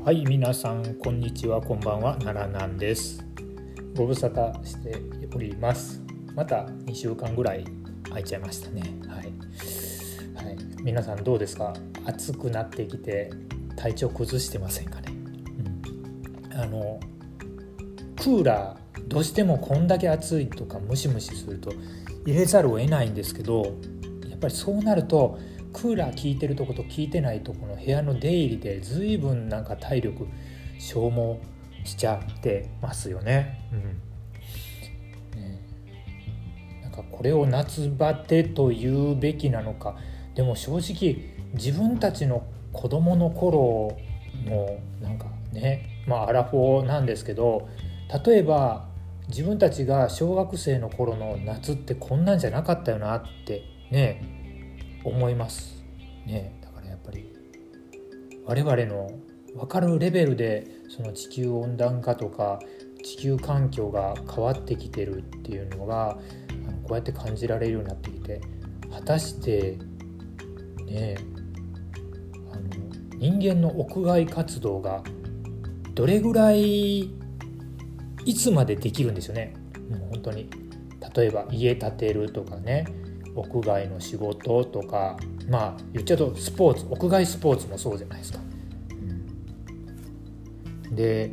はい、皆さんこんにちは、こんばんは。奈良なんです。ご無沙汰しております。また2週間ぐらい空いちゃいましたね。はい、皆さんどうですか？暑くなってきて体調崩してませんかね？クーラーどうしてもこんだけ暑いとかムシムシすると入れざるを得ないんですけど、やっぱりそうなるとクーラー効いてるとこと効いてないとこの部屋の出入りで随分なんか体力消耗しちゃってますよね。なんかこれを夏バテと言うべきなのか。でも正直自分たちの子供の頃のなんかね、アラフォーなんですけど、例えば自分たちが小学生の頃の夏ってこんなんじゃなかったよなってね思いますね。だからやっぱり我々の分かるレベルでその地球温暖化とか地球環境が変わってきてるっていうのがこうやって感じられるようになってきて、果たしてね人間の屋外活動がどれぐらいいつまでできるんですよね。もう本当に例えば家建てるとかね、屋外の仕事とか、言っちゃうとスポーツ、屋外スポーツもそうじゃないですか。で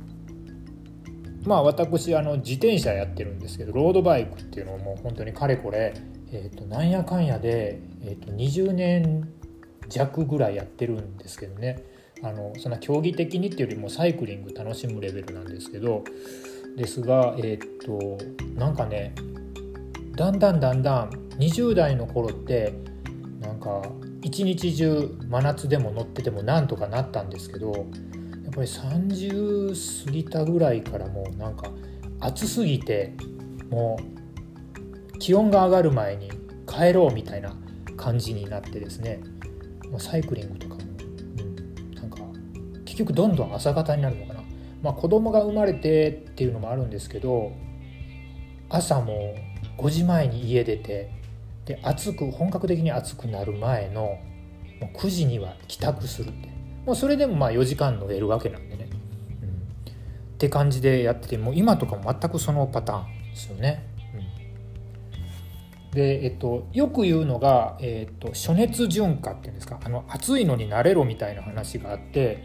私自転車やってるんですけど、ロードバイクっていうのをもう本当にかれこれ、なんやかんやで、20年弱ぐらいやってるんですけどね。そんな競技的にっていうよりもサイクリング楽しむレベルなんですけど、ですがなんかね、だんだん20代の頃ってなんか一日中真夏でも乗っててもなんとかなったんですけど、やっぱり30過ぎたぐらいからもうなんか暑すぎて、もう気温が上がる前に帰ろうみたいな感じになってですね、サイクリングとかも、なんか結局どんどん朝方になるのかな。子供が生まれてっていうのもあるんですけど、朝も5時前に家出て、で本格的に暑くなる前のもう9時には帰宅するって、もうそれでも4時間乗れるわけなんでね、って感じでやってて、もう今とかも全くそのパターンですよね。でよく言うのが、暑熱順化っていうんですか、暑いのに慣れろみたいな話があって、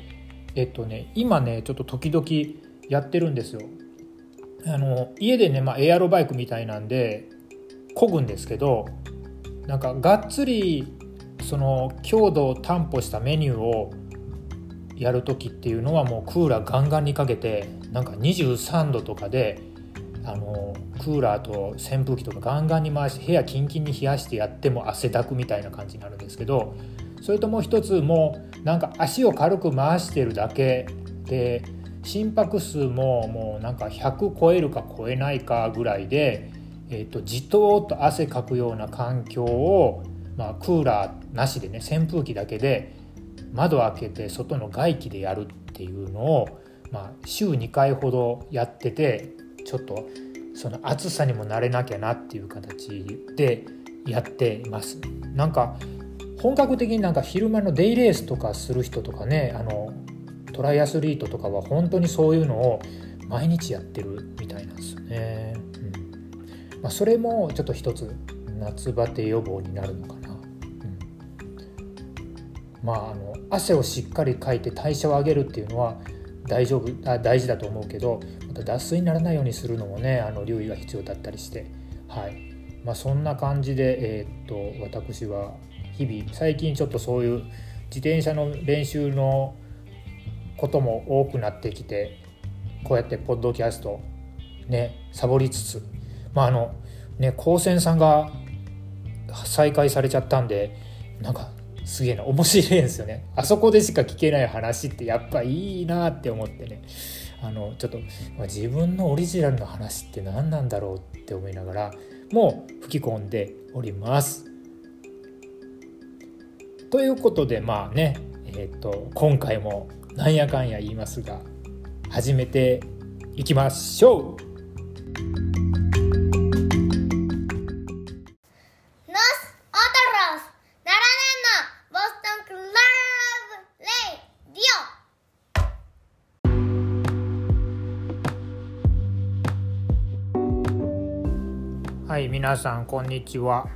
今ねちょっと時々やってるんですよ。家でね、エアロバイクみたいなんで漕ぐんですけど、なんかがっつりその強度を担保したメニューをやるときっていうのはもうクーラーガンガンにかけて、なんか23度とかでクーラーと扇風機とかガンガンに回して部屋キンキンに冷やしてやっても汗だくみたいな感じになるんですけど、それともう一つ、もうなんか足を軽く回してるだけで心拍数もうなんか100超えるか超えないかぐらいで、じとーっと汗かくような環境を、クーラーなしでね、扇風機だけで窓開けて外の外気でやるっていうのを、週2回ほどやってて、ちょっとその暑さにも慣れなきゃなっていう形でやっています。なんか本格的になんか昼間のデイレースとかする人とかね、トライアスリートとかは本当にそういうのを毎日やってるみたいなんですよね。それもちょっと一つ夏バテ予防になるのかな。汗をしっかりかいて代謝を上げるっていうのは大事だと思うけど、また脱水にならないようにするのもね、留意が必要だったりして、そんな感じで、私は日々最近ちょっとそういう自転車の練習のことも多くなってきて、こうやってポッドキャストねサボりつつ、高専さんが再開されちゃったんで、なんかすげえな、面白いですよね。あそこでしか聞けない話ってやっぱいいなって思ってね、ちょっと自分のオリジナルの話って何なんだろうって思いながらもう吹き込んでおります。ということで今回もなんやかんや言いますが始めていきましょう。 はい、皆さんこんにちは。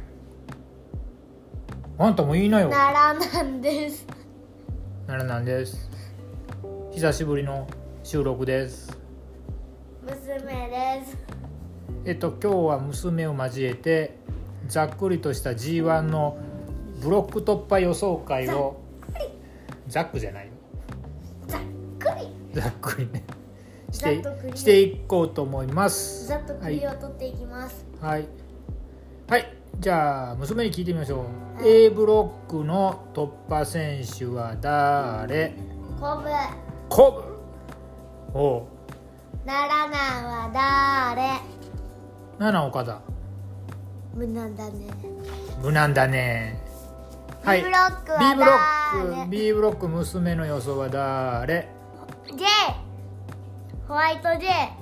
あんたもいいなよ。 奈良なんです。 奈良なんです。久しぶりの収録です。 娘です。 今日は娘を交えてざっくりとした G1 のブロック突破予想会をざっくじゃないよ。 ざっくりねしていこうと思います。 ざっと栗を取っていきます。 はい、はい、じゃあ娘に聞いてみましょう、 はい、 A ブロックの突破選手は誰？コブ。おう。 奈良南は誰？ 七岡田。 無難だね。 無難だね。はい。 B ブロックは誰？ B ブロック娘の予想は誰？ J。ホワイト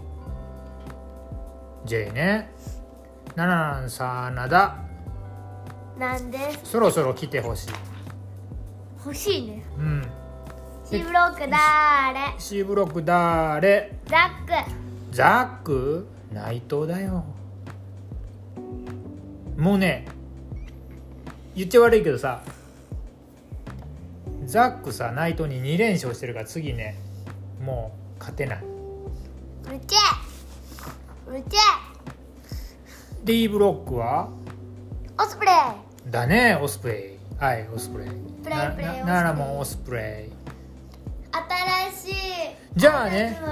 J ね。七真田なんです。 そろそろ来てほしい。 欲しいね。 うん。 C ブロック誰？ C ブロック誰？ ザック。 ザック？内藤だよ。もうね、言っちゃ悪いけどさ、ザックさ、内藤に2連勝してるから次ね、もう勝てない。 うち D ブロックはオスプレイだね。オスプレイ。はい、オスプレイ。奈良もオスプレイ。 新しい。 じゃ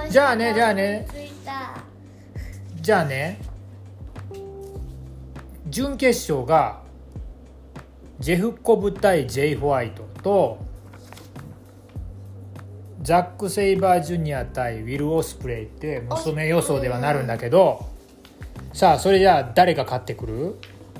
あね準決勝がジェフコブ対 J ホワイトとザック・セイバージュニア対ウィル・オスプレイって娘予想ではなるんだけど、さあそれじゃあ誰が勝ってくる？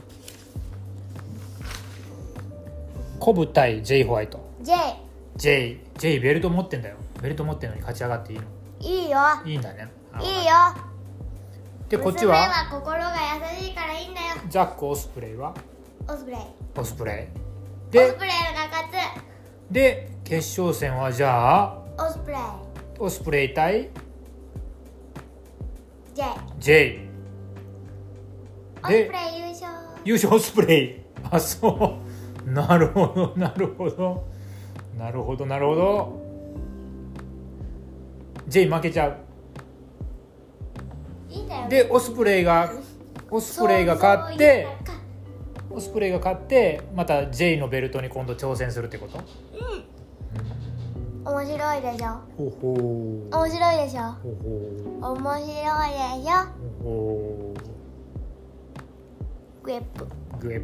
コブ対 J ホワイト。 J ベルト持ってんだよ。ベルト持ってんのに勝ち上がっていいの？ いいよ。 いいんだね。 いいよ。 でこっちは娘は心が優しいからいいんだよ。 ザック・オスプレイはオスプレイオスプレイがで勝で決勝戦はじゃあつ。オスプレイオスプレイ対 J。 オスプレでイ優勝。 優勝オスプレイ。あ、そう。なるほど。J 負けちゃう。 いいんだよ。 でオスプレイが勝ってまた J のベルトに今度挑戦するってこと？ 面白いでしょ。 ほほー。 面白いでしょ。 ほほ面白いでしょ。 ー。ほグエップ。 ー。グエッ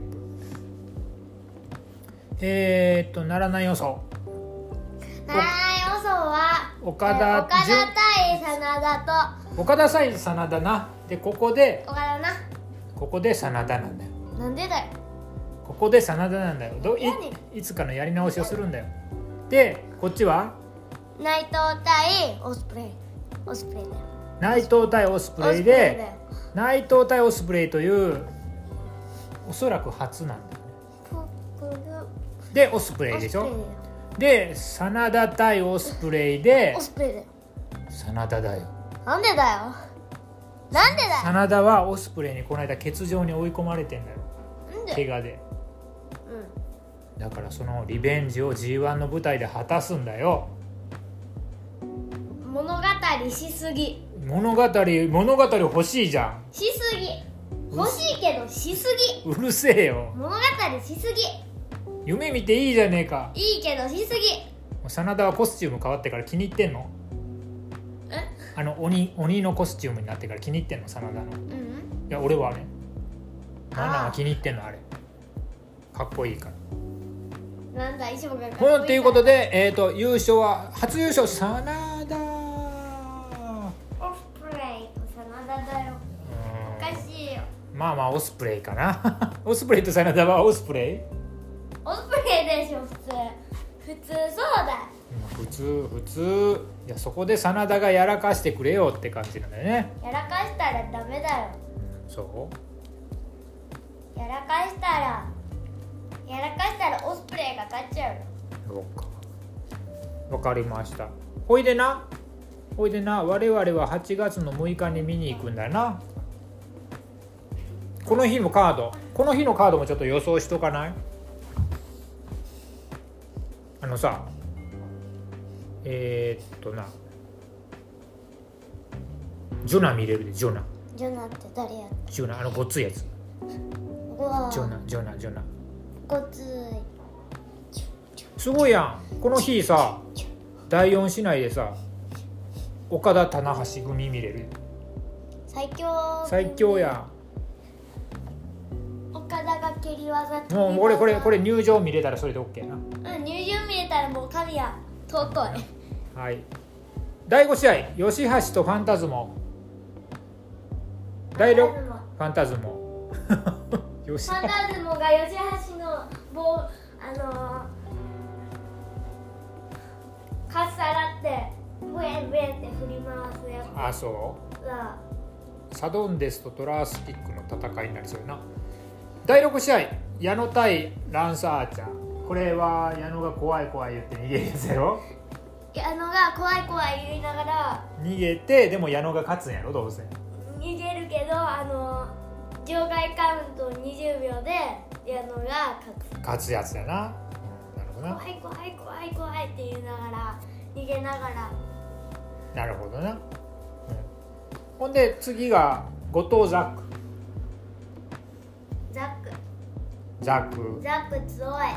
プ。ならない予想。 奈良予想は岡田対真田と岡田対真田な。でここで岡田な。 ここで真田なんだよ。 なんでだよ。 ここで真田なんだよ。いつかのやり直しをするんだよ。でこっちは内藤対オスプレイだよ。 内藤対オスプレイで内藤対オスプレイというおそらく初なんだよね。でオスプレイでしょ。で真田対オスプレイでオスプレイだよ。 真田だよ。 なんでだよ。 真田はオスプレイにこの間欠場に追い込まれてんだよ。怪我で。だからそのリベンジを G1 の舞台で果たすんだよ。 物語しすぎ。 物語欲しいじゃん。 しすぎ。欲しいけどしすぎ。 うるせえよ。 物語しすぎ。 夢見ていいじゃねえか。 いいけどしすぎ。 真田はコスチューム変わってから気に入ってんの？鬼のコスチュームになってから気に入ってんの？真田の。いや俺はね、ナナは気に入ってんの。あれかっこいいから。 なんだ衣装がかっこいいから。 ということで、優勝は初優勝真田。 オスプレイと真田だよ。おかしいよ。 まあオスプレイかな。オスプレイと真田はオスプレイ？ オスプレイでしょ。普通そうだ。 普通。いやそこで真田がやらかしてくれよって感じなんだよね。 やらかしたらダメだよ。 そうやらかしたらオスプレイが勝っちゃうよ。 そうか。わかりました。ほいでな我々は8月の6日に見に行くんだな。 この日のカードもちょっと予想しとかない？さなジョナ見れるで。ジョナって誰や？ ジョナごっついやつ。 うわジョナごつい。 すごいやん。この日さ第4市内でさ岡田棚橋組見れる。 最強やん。岡田が蹴り技ん。もうこれ入場見れたらそれで OK な。 入場見れたらもう神や。尊い。 はい。第5試合吉橋とファンタズモ。第6ファンタズモファンタズモが吉橋の棒かっさらってブエンブエンって振り回すやつ。 あ、そうサドンデスとトラースピックの戦いになりそうやな。第6試合矢野対ランスアーチャー。これは矢野が怖い怖い言って逃げるやつやろ。 矢野が怖い怖い言いながら逃げて、でも矢野が勝つんやろどうせ。 逃げるけど場外カウント20秒で矢野が勝つやつやな。なるほどな。 怖い怖い怖い怖いって言いながら逃げながら。 なるほどな。ほんで次が後藤ザック。ザック強い。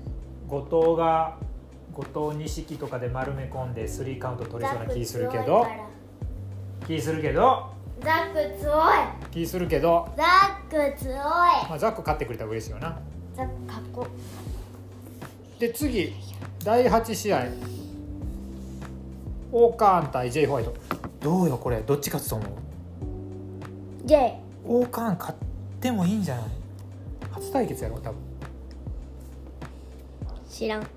後藤錦とかで丸め込んで3カウント取れそうな気するけどザック強い。 ザック勝ってくれたら嬉しいよな。 ザックかっこ。 で次第8試合オーカーン対 J ホワイト。どうよこれ、どっち勝つと思う？ J。 オーカーン勝ってもいいんじゃない？初対決やろ多分。 知らん。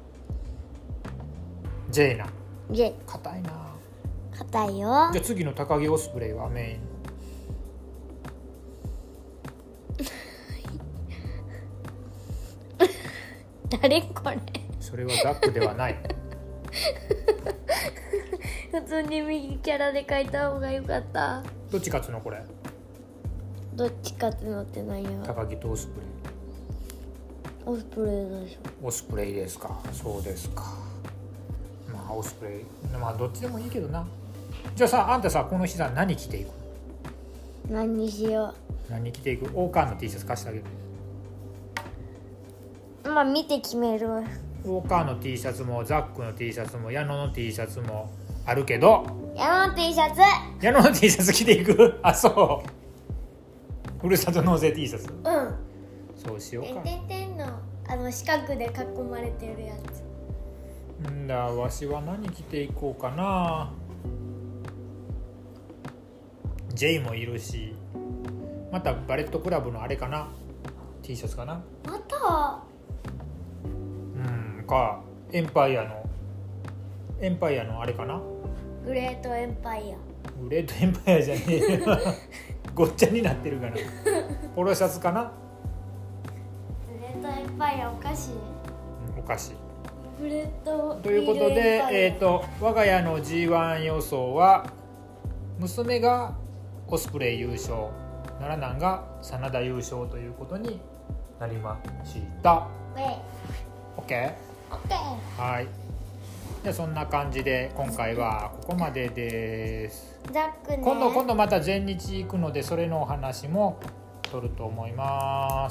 J な。 J 硬いな。 硬いよ。 じゃあ次の高木オスプレイはメイン。 誰これ？ それはザックではない。 普通に右キャラで書いた方がよかった。 どっち勝つのこれ？ どっち勝つのって何や？ 高木とオスプレイ。 オスプレイでしょ。 オスプレイですか。そうですか。まあオスプレイ、まあどっちでもいいけどな。じゃあさ、あんたさこの日さ何着ていく？ 何にしよ何着ていく？オーカーンの T シャツ貸してあげる。 まあ見て決める。 オーカーンの T シャツもザックの T シャツも矢野の T シャツもあるけど、 矢野の T シャツ。 矢野の T シャツ着ていく？あ、そう。ふるさと納税 T シャツ。 うん。 そうしようか。 てんてんの四角で囲まれてるやつ。 んだ、わしは何着ていこうかな。J もいるし、またバレットクラブのあれかな、 T シャツかな。 またかエンパイアのあれかな。 グレートエンパイア。 グレートエンパイアじゃねえよ。ごっちゃになってるかな。ポロシャツかな。 グレートエンパイアおかしい。 おかしい。 グレートということで、我が家の G1 予想は娘がオスプレイ優勝、奈良南が真田優勝ということになりました。OK？ はい。じゃあそんな感じで今回はここまでです。 ザックね。 今度また全日行くのでそれのお話も取ると思います。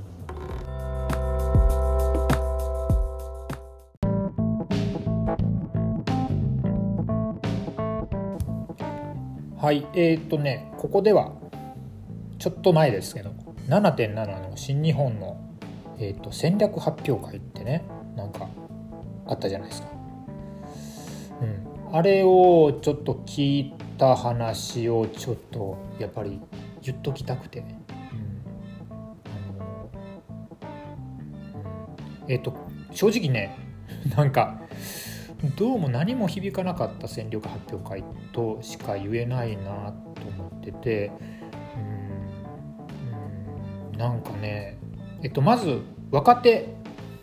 はい、ここではちょっと前ですけど 7.7 の新日本の、戦略発表会ってね、なんかあったじゃないですか。あれをちょっと聞いた話をちょっとやっぱり言っときたくて、正直ね、なんかどうも何も響かなかった戦力発表会としか言えないなと思ってて、なんかね、まず若手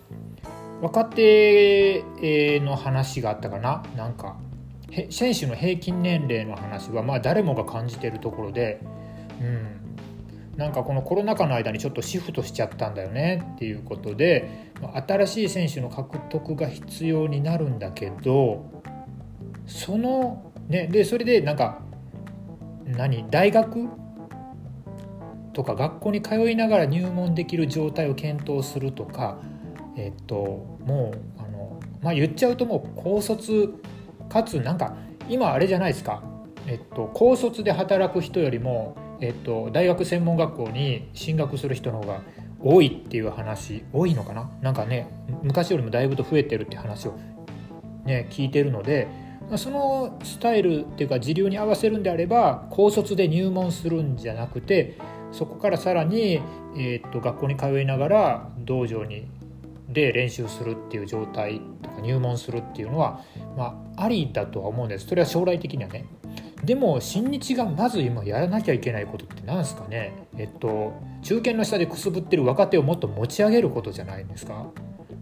の話があったかな。なんか選手の平均年齢の話はまあ誰もが感じているところで、 なんかこのコロナ禍の間にちょっとシフトしちゃったんだよねっていうことで、新しい選手の獲得が必要になるんだけど、そのね、でそれでなんか大学とか学校に通いながら入門できる状態を検討するとか、もう言っちゃうともう高卒かつなんか今あれじゃないですか、高卒で働く人よりも、大学専門学校に進学する人の方が多いっていう話、多いのかな、なんかね昔よりもだいぶと増えてるって話をね聞いてるので、そのスタイルっていうか時流に合わせるんであれば高卒で入門するんじゃなくて、そこからさらに、学校に通いながら道場で練習するっていう状態とか入門するっていうのは、ありだとは思うんです。それは将来的にはね。でも新日がまず今やらなきゃいけないことって何ですかね。中堅の下でくすぶってる若手をもっと持ち上げることじゃないですか。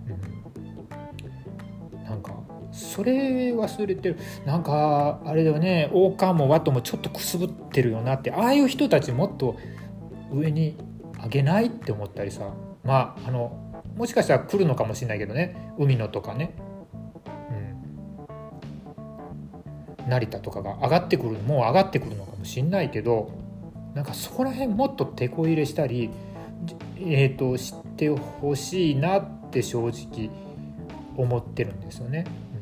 なんかそれ忘れてる。なんかあれだよね、王冠もワットもちょっとくすぶってるよなって、ああいう人たちもっと上に上げないって思ったりさ、もしかしたら来るのかもしれないけどね、海野とかね、成田とかがもう上がってくるのかもしれないけど、なんかそこら辺もっと手こ入れしたり、知ってほしいなって正直思ってるんですよね。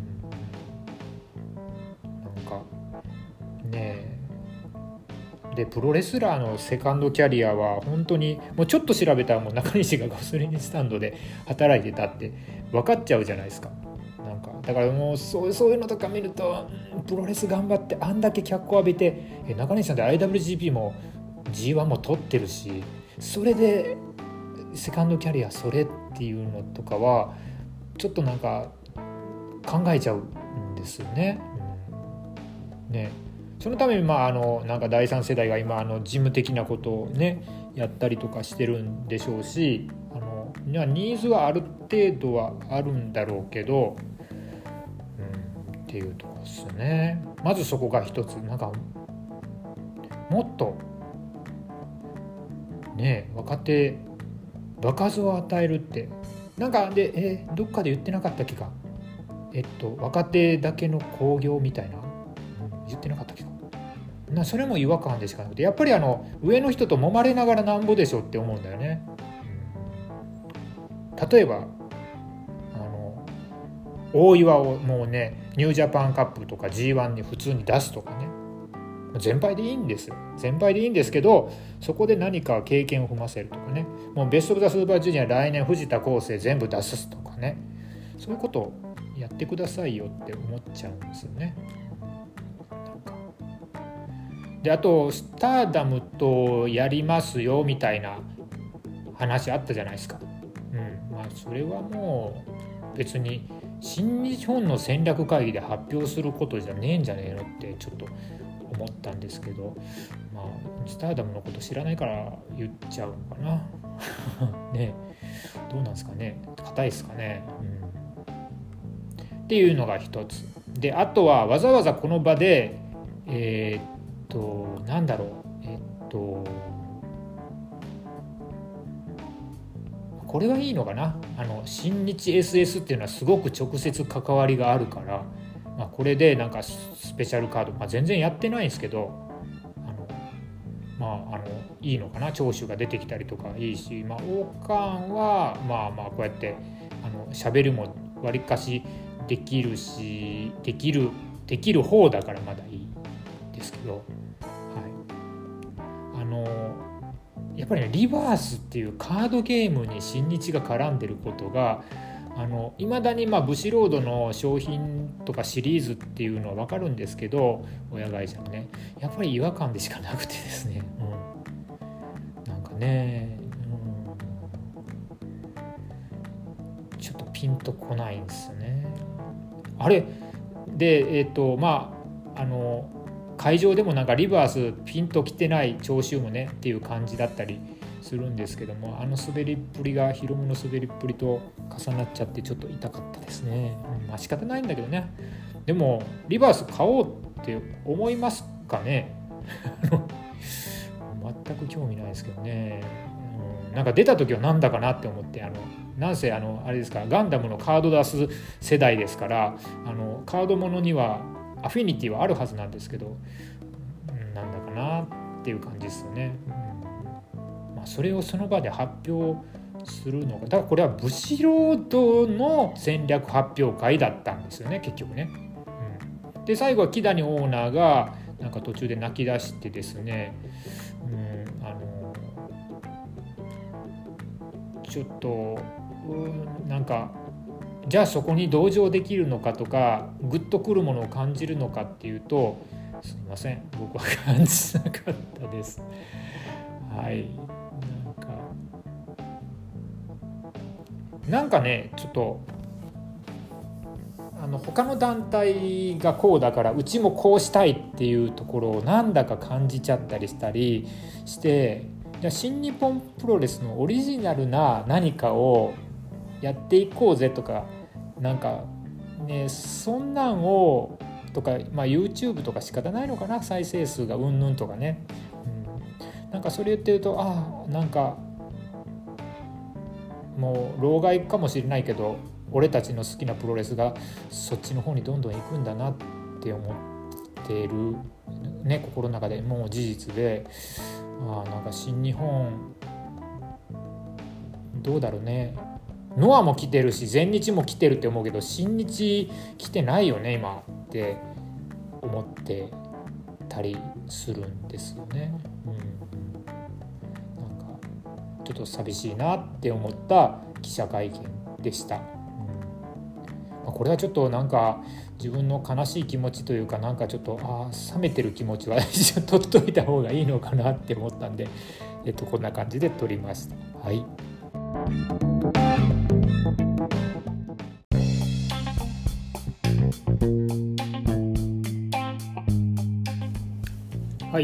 なんかねでプロレスラーのセカンドキャリアは本当にもうちょっと調べたらもう中西がガソリンスタンドで働いてたって分かっちゃうじゃないですか。なんかだからもうそういうのとか見ると、プロレス頑張ってあんだけ脚光浴びて、中西さんで IWGP も G1 も取ってるし、それでセカンドキャリアそれっていうのとかはちょっとなんか考えちゃうんですよね。そのためになんか第三世代が今事務的なことをねやったりとかしてるんでしょうし、ニーズはある程度はあるんだろうけど、っていうとこですね。まずそこが一つ、なんかもっとね若手場数を与えるってなんかで、どっかで言ってなかったっけか、若手だけの興行みたいな、言ってなかったっけかな。それも違和感でしかなくて、やっぱり上の人と揉まれながらなんぼでしょって思うんだよね。例えば大岩をもうねニュージャパンカップとか G1 に普通に出すとかね、全敗でいいんですよ。全敗でいいんですけど、そこで何か経験を踏ませるとかね、もうベストオブザスーパージュニア来年藤田康生全部出すとかね、そういうことをやってくださいよって思っちゃうんですよね。であとスターダムとやりますよみたいな話あったじゃないですか。それはもう別に新日本の戦略会議で発表することじゃねえんじゃねえのってちょっと思ったんですけど、スターダムのこと知らないから言っちゃうのかなね、どうなんですかね、硬いですかね、っていうのが一つで、あとはわざわざこの場でなんだろう、これはいいのかな、新日 SS っていうのはすごく直接関わりがあるから、これでなんかスペシャルカード、全然やってないんですけど、いいのかな、長州が出てきたりとかいいし、王冠はこうやって喋るもわりかしできるし、できる方だからまだいいですけど、やっぱりねリバースっていうカードゲームに新日が絡んでることがいまだにブシロードの商品とかシリーズっていうのは分かるんですけど、親会社のねやっぱり違和感でしかなくてですね、なんかね、ちょっとピンとこないんですよね。あれで会場でもなんかリバースピンときてない聴衆もねっていう感じだったりするんですけども、滑りっぷりがヒロムの滑りっぷりと重なっちゃってちょっと痛かったですね。仕方ないんだけどね。でもリバース買おうって思いますかね全く興味ないですけどね、なんか出た時はなんだかなって思って、なんせあれですか、ガンダムのカード出す世代ですから、カードものにはアフィニティはあるはずなんですけど、なんだかなっていう感じですよね。それをその場で発表するのが、だからこれは武士ロードの戦略発表会だったんですよね、結局ね。で最後は木谷オーナーがなんか途中で泣き出してですね、ちょっとなんかじゃあそこに同情できるのかとか、グッとくるものを感じるのかっていうと、すいません、僕は感じなかったです。はい、なんかね、ちょっと他の団体がこうだからうちもこうしたいっていうところをなんだか感じちゃったりしたりして、じゃあ新日本プロレスのオリジナルな何かをやっていこうぜとか、なんかね、そんなんをとか、YouTube とか仕方ないのかな、再生数がうんぬんとかね、なんかそれ言ってると、なんかもう老害かもしれないけど、俺たちの好きなプロレスがそっちの方にどんどん行くんだなって思っている、ね、心の中でもう事実で、なんか新日本どうだろうね、ノアも来てるし全日も来てるって思うけど、新日来てないよね今って思ってたりするんですよね。なんかちょっと寂しいなって思った記者会見でした。これはちょっとなんか自分の悲しい気持ちというか、なんかちょっと冷めてる気持ちは一応取っといた方がいいのかなって思ったんで、こんな感じで撮りました。はい。はい、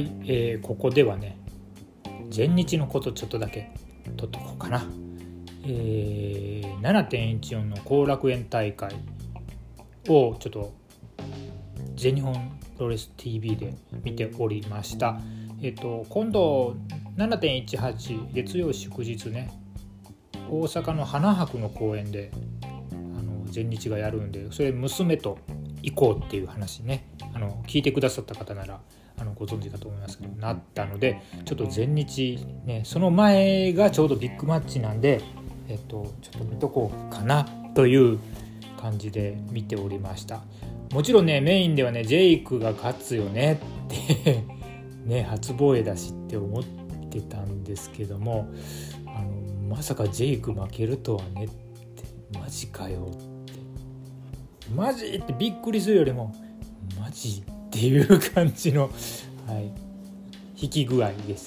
ここではね、全日のことちょっとだけ撮っとこうかな。7.14 の後楽園大会をちょっと全日本プロレス TV で見ておりました。今度 7.18 月曜祝日ね、大阪の花博の公園で全日がやるんで、それ娘と行こうっていう話ね、聞いてくださった方ならご存知かと思いますけど、なったので、ちょっと全日ね、その前がちょうどビッグマッチなんで、ちょっと見とこうかなという感じで見ておりました。もちろんね、メインではね、ジェイクが勝つよねってね、初防衛だしって思ってたんですけども、まさかジェイク負けるとはねって、マジかよって、マジってびっくりするよりもマジっていう感じの、引き具合でした。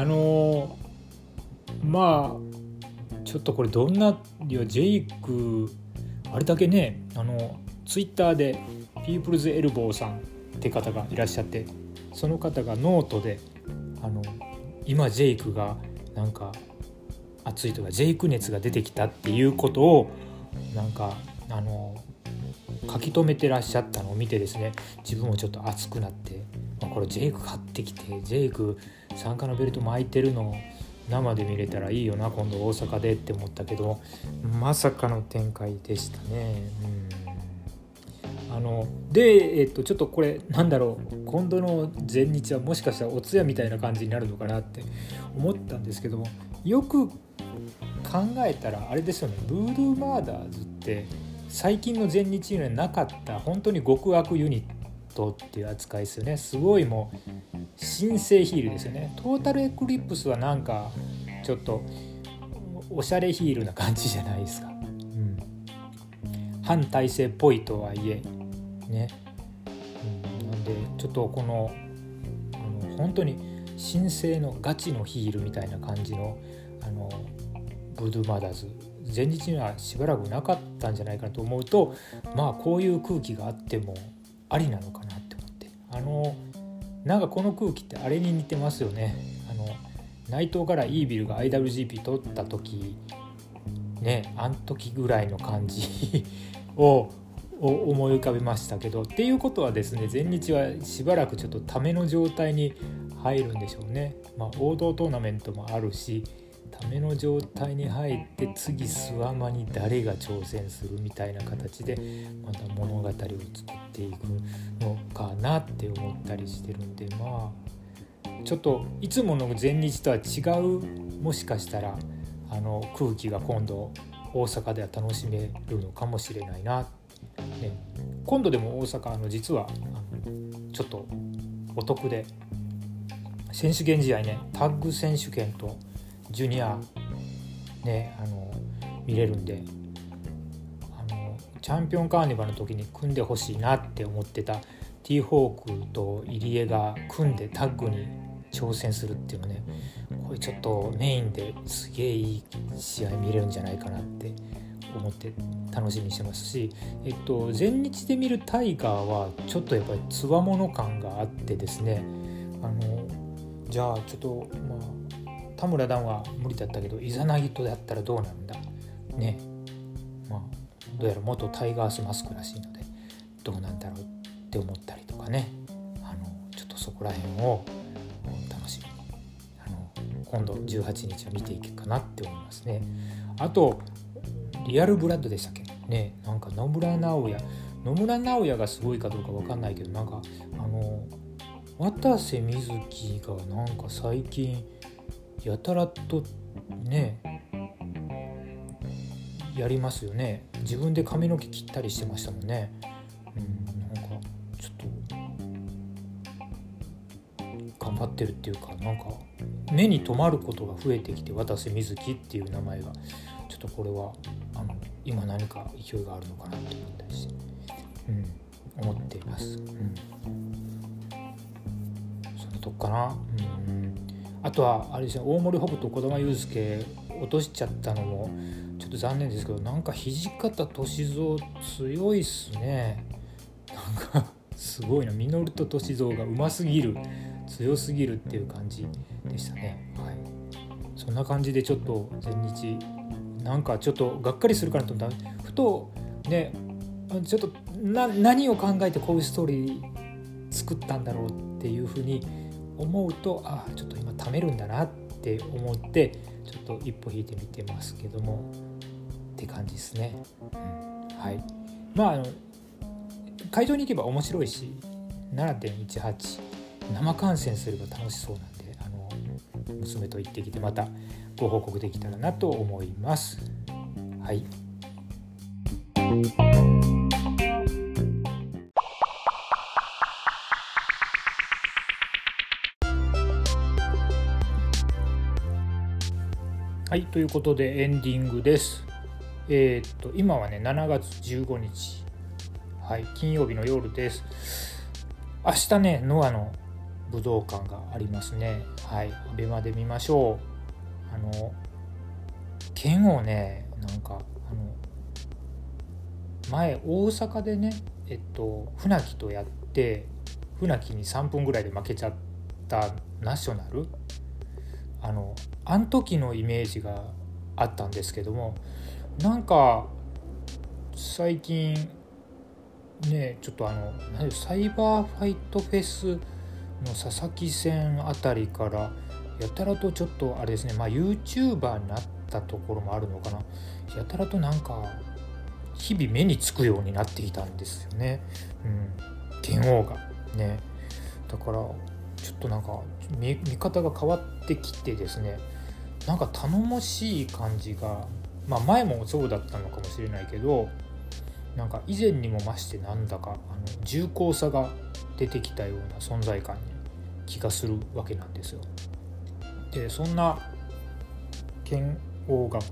ちょっとこれどんな、ジェイクあれだけね、ツイッターでピープルズエルボーさんって方がいらっしゃって、その方がノートで今ジェイクがなんか熱いとか、ジェイク熱が出てきたっていうことをなんか書き留めてらっしゃったのを見てですね、自分もちょっと熱くなって、これジェイク買ってきて、ジェイク参加のベルト巻いてるのを生で見れたらいいよな今度大阪でって思ったけど、まさかの展開でしたね。で、ちょっとこれなんだろう、今度の全日はもしかしたらお通夜みたいな感じになるのかなって思ったんですけども、よく考えたらあれですよね、ブードゥーマーダーズって最近の全日にはなかった本当に極悪ユニットっていう扱いですよね。すごいもう新生ヒールですよね。トータルエクリプスはなんかちょっとおしゃれヒールな感じじゃないですか。反体制っぽいとはいえね、なんでちょっとこの本当に新生のガチのヒールみたいな感じのブードゥーマーダーズ、前日にはしばらくなかったんじゃないかなと思うと、こういう空気があってもありなのかなって思って、なんかこの空気ってあれに似てますよね。内藤からイービルが IWGP 取った時ね、あの時ぐらいの感じをを思い浮かべましたけど、っていうことはですね、全日はしばらくちょっとための状態に入るんでしょうね。王道トーナメントもあるし、ための状態に入って次スワマに誰が挑戦するみたいな形でまた物語を作っていくのかなって思ったりしてるんで、ちょっといつもの全日とは違う、もしかしたら空気が今度大阪では楽しめるのかもしれないな、ね、今度でも大阪実はちょっとお得で選手権試合ね、タッグ選手権とジュニアね見れるんで、チャンピオンカーニバルの時に組んでほしいなって思ってたティーホークと入江が組んでタッグに挑戦するっていうのね、これちょっとメインですげえいい試合見れるんじゃないかなって思って楽しみにしてますし、全日で見るタイガーはちょっとやっぱりつわもの感があってですね、じゃあちょっと田村段は無理だったけどイザナギとやったらどうなんだね、どうやら元タイガースマスクらしいのでどうなんだろうって思ったりとかね、ちょっとそこら辺を楽しみに今度18日は見ていけるかなって思いますね。あとリアルブラッドでしたっけね、なんか野村直哉がすごいかどうか分かんないけど、なんか渡瀬瑞希がなんか最近やたらとねやりますよね。自分で髪の毛切ったりしてましたもんね。なんかちょっと頑張ってるっていうか、なんか目に留まることが増えてきて、渡瀬瑞希っていう名前がちょっとこれは今何か勢いがあるのかなと思ったりして、思っています。そのとこかな。あとはあれですね、大森ホブと児玉悠介落としちゃったのもちょっと残念ですけど、なんか土方歳三強いっすね。なんかすごいな、稔と歳三がうますぎる、強すぎるっていう感じでしたね。そんな感じでちょっと全日なんかちょっとがっかりするかなと思ったら、ふとねちょっと何を考えてこういうストーリー作ったんだろうっていうふうに思うと、ちょっと今貯めるんだなって思ってちょっと一歩引いてみてますけどもって感じですね。会場に行けば面白いし 7.18 生観戦すれば楽しそうなんで、娘と行ってきてまたご報告できたらなと思います。ということでエンディングです。今はね7月15日、金曜日の夜です。明日ねノアの武道館がありますね。アベマで見ましょう。剣をね、なんか前大阪でね船木とやって船木に3分ぐらいで負けちゃったナショナル、あの時のイメージがあったんですけども、なんか最近ねちょっとサイバーファイトフェスの佐々木戦あたりからやたらとちょっとあれですね、YouTuber になったところもあるのかな、やたらとなんか日々目につくようになってきたんですよね。剣王がね、だからちょっとなんか 見方が変わってきてですね、なんか頼もしい感じが、前もそうだったのかもしれないけど、なんか以前にも増してなんだか重厚さが出てきたような存在感に気がするわけなんですよ。でそんな剣王が、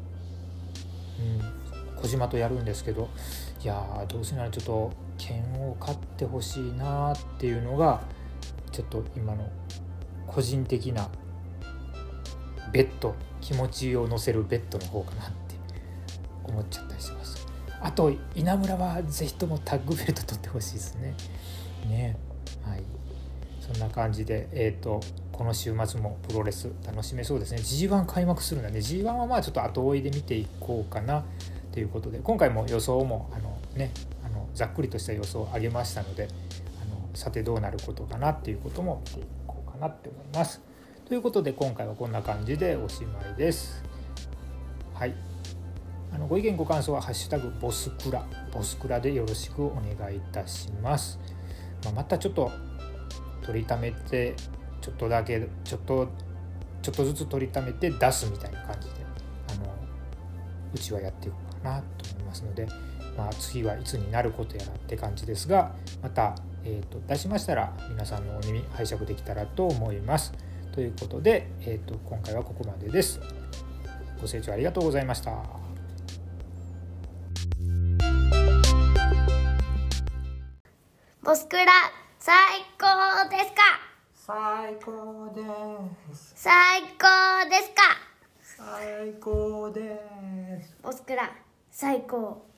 小島とやるんですけど、いやどうせならちょっと剣王勝ってほしいなっていうのがちょっと今の個人的なベッド、気持ちを乗せるベッドの方かなって思っちゃったりします。あと稲村はぜひともタッグベルト取ってほしいですね。そんな感じで、この週末もプロレス楽しめそうですね。 G1 開幕するので G1 はちょっと後追いで見ていこうかなということで、今回も予想もざっくりとした予想を上げましたので、さてどうなることかなっていうことも見ていこうかなって思います。ということで今回はこんな感じでおしまいです。はい、ご意見ご感想はハッシュタグボスクラでよろしくお願いいたします。またちょっと取りためてちょっとずつ取りためて出すみたいな感じでうちはやっていこうかなと思いますので、次はいつになることやらって感じですが、また、出しましたら皆さんのお耳拝借できたらと思います。ということで、今回はここまでです。ご清聴ありがとうございました。 ボスクラ最高ですか？ 最高です。 最高ですか？ 最高です。 ボスクラ最高。